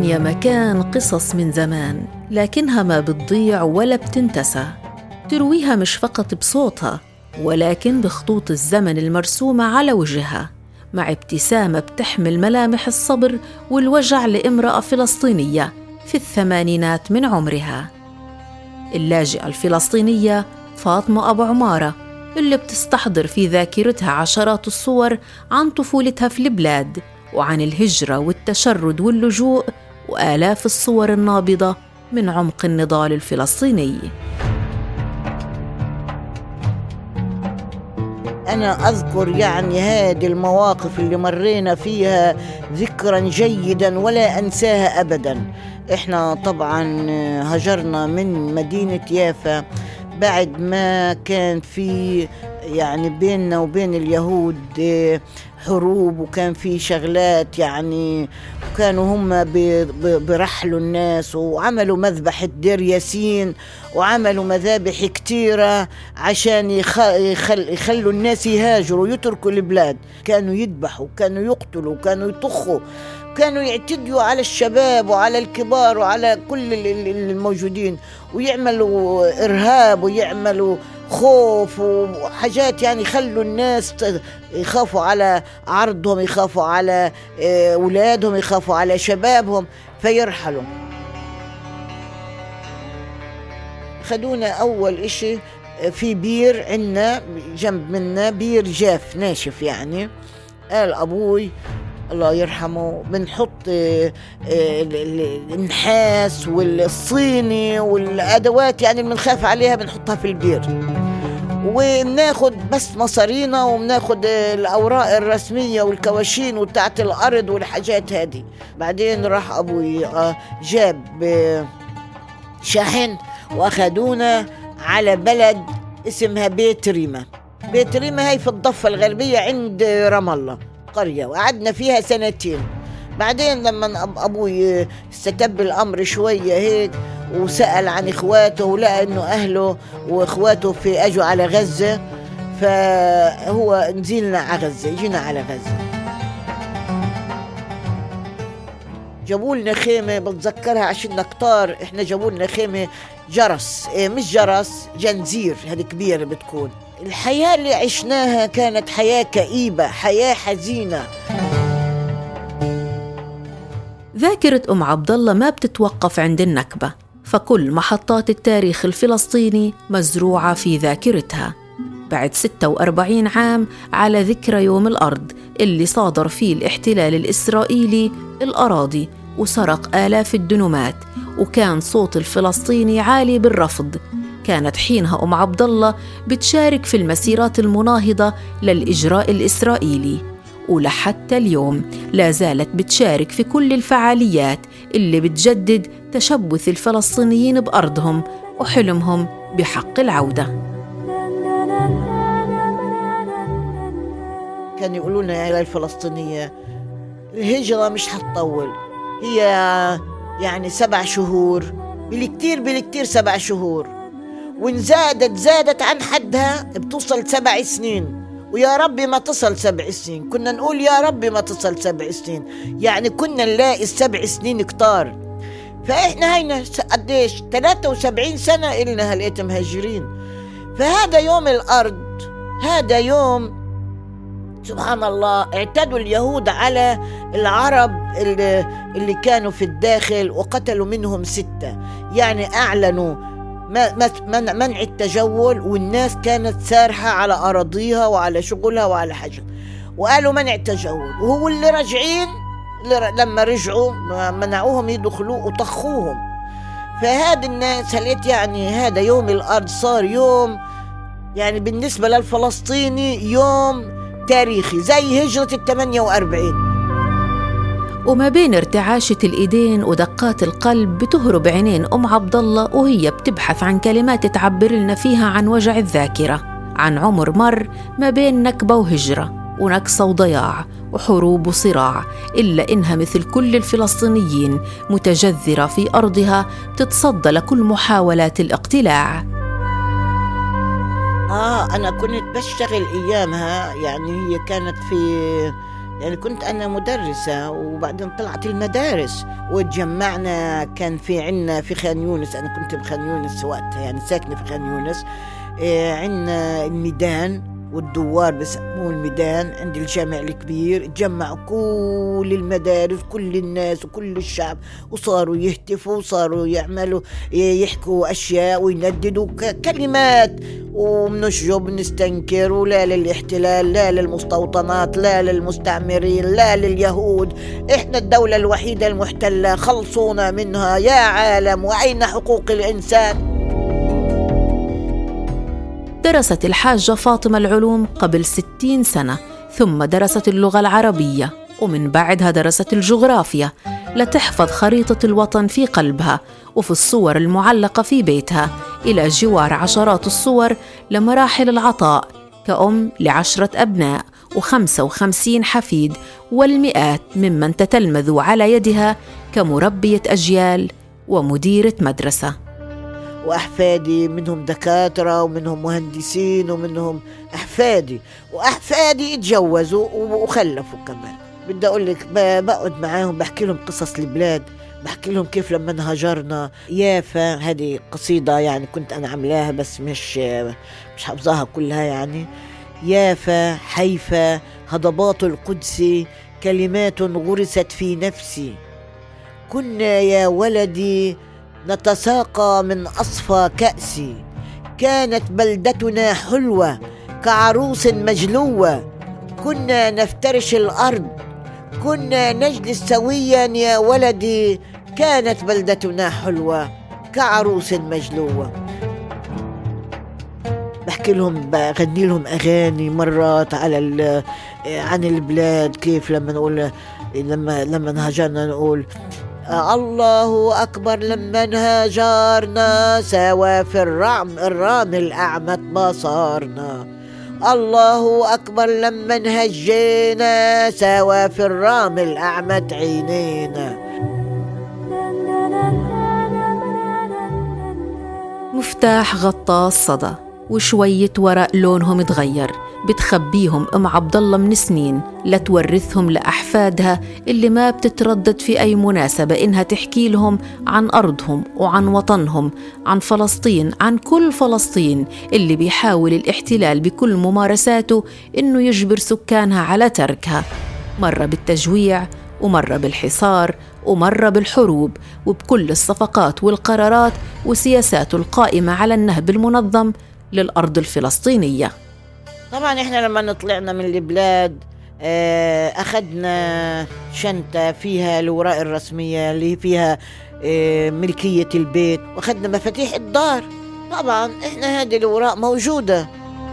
فلسطين يا مكان قصص من زمان، لكنها ما بتضيع ولا بتنتسى. ترويها مش فقط بصوتها، ولكن بخطوط الزمن المرسومة على وجهها، مع ابتسامة بتحمل ملامح الصبر والوجع لامرأة فلسطينية في الثمانينات من عمرها. اللاجئة الفلسطينية فاطمة أبو عمارة، اللي بتستحضر في ذاكرتها عشرات الصور عن طفولتها في البلاد، وعن الهجرة والتشرد واللجوء، وآلاف الصور النابضة من عمق النضال الفلسطيني. أنا أذكر هذه المواقف اللي مرينا فيها ذكرا جيدا ولا أنساها أبدا. إحنا طبعا هجرنا من مدينة يافا بعد ما كان في بيننا وبين اليهود حروب، وكان في شغلات وكانوا هم برحلوا الناس، وعملوا مذبحة دير ياسين، وعملوا مذابح كتيرة عشان يخلوا الناس يهاجروا ويتركوا البلاد. كانوا يذبحوا، كانوا يقتلوا، كانوا يطخوا، كانوا يعتدوا على الشباب وعلى الكبار وعلى كل الموجودين، ويعملوا إرهاب ويعملوا خوف وحاجات يخلوا الناس يخافوا على عرضهم، يخافوا على أولادهم، يخافوا على شبابهم فيرحلوا. خدونا أول إشي في بير عنا جنب منا، بير جاف ناشف قال أبوي الله يرحمه بنحط النحاس والصيني والأدوات اللي بنخاف عليها بنحطها في البير، وبناخد بس مصارينا، وبناخد الأوراق الرسمية والكواشين وتاعت الأرض والحاجات هذه. بعدين راح أبوي جاب شاحن وأخدونا على بلد اسمها بيت ريمة. بيت ريمة هاي في الضفة الغربية عند رام الله، قرية، وقعدنا فيها 2 سنين. بعدين لما أبوي استتب الأمر شوية هيك وسأل عن إخواته، ولقى إنه أهله وإخواته أجوا على غزة، فهو نزلنا على غزة، جينا على غزة. جابوا لنا خيمة بتذكرها عشان نكتار، إحنا جابوا لنا خيمة جرس، مش جرس، جنزير، هذه كبيرة بتكون. الحياة اللي عشناها كانت حياة كئيبة، حياة حزينة. ذاكرة أم عبد الله ما بتتوقف عند النكبة، فكل محطات التاريخ الفلسطيني مزروعة في ذاكرتها. بعد 46 عام على ذكرى يوم الأرض اللي صادر فيه الاحتلال الإسرائيلي الأراضي وسرق آلاف الدنومات، وكان صوت الفلسطيني عالي بالرفض، كانت حينها أم عبد الله بتشارك في المسيرات المناهضة للإجراء الإسرائيلي، ولحتى اليوم لا زالت بتشارك في كل الفعاليات اللي بتجدد تشبث الفلسطينيين بأرضهم وحلمهم بحق العودة. كانوا يقولون يا الفلسطينية الهجرة مش هتطول، هي 7 شهور بالكتير 7 شهور، وإن زادت عن حدها بتوصل 7 سنين، ويا ربي ما تصل 7 سنين. كنا نقول يا ربي ما تصل 7 سنين، كنا نلاقي 7 سنين كتار. فإحنا هينا قديش 73 سنة إلنا هلقيت مهاجرين. فهذا يوم الأرض، هذا يوم سبحان الله اعتدوا اليهود على العرب اللي كانوا في الداخل وقتلوا منهم 6. أعلنوا منع التجول، والناس كانت سارحة على أراضيها وعلى شغلها وعلى حاجة، وقالوا منع التجول. وهو اللي راجعين لما رجعوا منعوهم يدخلوا وطخوهم. فهذا الناس هلقيت هذا يوم الأرض صار يوم بالنسبة للفلسطيني يوم تاريخي زي هجرة 48. وما بين ارتعاشة الإيدين ودقات القلب بتهرب عينين أم عبد الله وهي بتبحث عن كلمات تعبر لنا فيها عن وجع الذاكرة، عن عمر مر ما بين نكبة وهجرة ونكسة وضياع وحروب وصراع، إلا إنها مثل كل الفلسطينيين متجذرة في أرضها بتتصدى لكل محاولات الاقتلاع. أنا كنت بشتغل أيامها، هي كانت في يعني كنت أنا مدرسة وبعدين طلعت المدارس وتجمعنا. كان في عنا في خان يونس، أنا كنت بخان يونس وقتها، يعني ساكنة في خان يونس. عنا الميدان والدوار بسموه الميدان عند الجامع الكبير. تجمعوا كل المدارس، كل الناس وكل الشعب، وصاروا يهتفوا وصاروا يعملوا يحكوا أشياء وينددوا كلمات، وبنشجب نستنكر، ولا للاحتلال، لا للمستوطنات، لا للمستعمرين، لا لليهود. إحنا الدولة الوحيدة المحتلة، خلصونا منها يا عالم، وأين حقوق الإنسان؟ درست الحاجة فاطمة العلوم قبل 60 سنة، ثم درست اللغة العربية، ومن بعدها درست الجغرافيا لتحفظ خريطة الوطن في قلبها وفي الصور المعلقة في بيتها، إلى جوار عشرات الصور لمراحل العطاء كأم ل10 أبناء و55 حفيد، والمئات ممن تتلمذوا على يدها كمربية أجيال ومديرة مدرسة. وأحفادي منهم دكاترة ومنهم مهندسين ومنهم وأحفادي اتجوزوا وخلفوا كمان. بدي أقول لك بقعد معاهم بحكي لهم قصص البلاد، بحكي لهم كيف لما هاجرنا يافا. هذه قصيدة يعني كنت أنا عملاها بس مش حافظاها كلها. يعني يافا حيفا هضبات القدس كلمات غرست في نفسي، كنا يا ولدي نتساقى من أصفى كأسي، كانت بلدتنا حلوة كعروس مجلوة، كنا نفترش الأرض، كنا نجلس سويا يا ولدي، كانت بلدتنا حلوة كعروس مجلوة. بحكي لهم، بغني لهم أغاني مرات على عن البلاد، كيف لما نقول لما هاجرنا نقول الله أكبر لما هاجرنا، سوا في الرامل أعمت بصارنا، الله أكبر لما هجينا، سوا في الرامل أعمت عينينا. مفتاح غطاس صدى وشوية ورق لونهم تغير بتخبيهم أم عبدالله من سنين لتورثهم لأحفادها اللي ما بتتردد في أي مناسبة إنها تحكي لهم عن أرضهم وعن وطنهم، عن فلسطين، عن كل فلسطين اللي بيحاول الاحتلال بكل ممارساته إنه يجبر سكانها على تركها، مرة بالتجويع ومرة بالحصار ومرة بالحروب، وبكل الصفقات والقرارات وسياساته القائمة على النهب المنظم للأرض الفلسطينية. طبعا احنا لما طلعنا من البلاد أخذنا شنطة فيها الأوراق الرسمية اللي فيها ملكية البيت، وأخذنا مفاتيح الدار. طبعا احنا هذه الأوراق موجودة.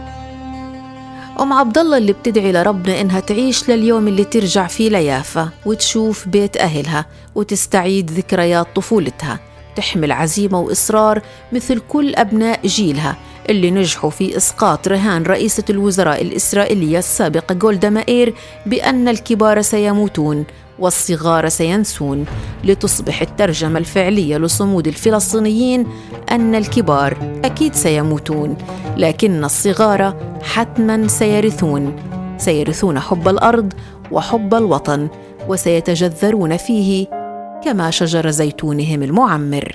أم عبدالله اللي بتدعي لربنا إنها تعيش لليوم اللي ترجع فيه ليافا وتشوف بيت أهلها وتستعيد ذكريات طفولتها، تحمل عزيمة وإصرار مثل كل أبناء جيلها اللي نجحوا في إسقاط رهان رئيسة الوزراء الإسرائيلية السابقة غولدا مائير بأن الكبار سيموتون والصغار سينسون، لتصبح الترجمة الفعلية لصمود الفلسطينيين أن الكبار أكيد سيموتون، لكن الصغار حتماً سيرثون حب الأرض وحب الوطن، وسيتجذرون فيه كما شجر زيتونهم المعمر.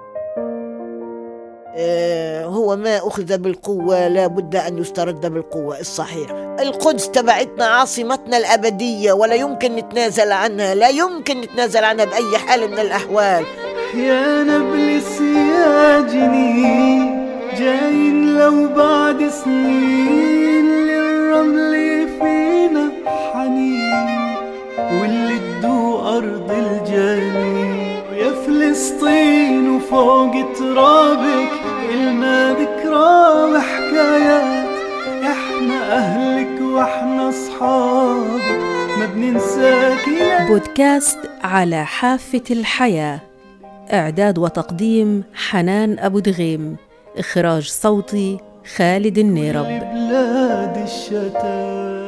هو ما أخذ بالقوة لا بد أن يسترد بالقوة. الصحيح القدس تبعتنا عاصمتنا الأبدية ولا يمكن نتنازل عنها، لا يمكن نتنازل عنها بأي حال من الأحوال. يا نبلس يا جنين جايين لو بعد سنين، للرمل فينا حنين واللي تدوق أرض الجنين، يا فلسطين وفوق ترابك إلنا ذكرى وحكايات، إحنا أهلك وإحنا أصحابك ما بننساك. بودكاست على حافة الحياة، إعداد وتقديم حنان أبو دغيم، إخراج صوتي خالد النيرب. بلاد الشتات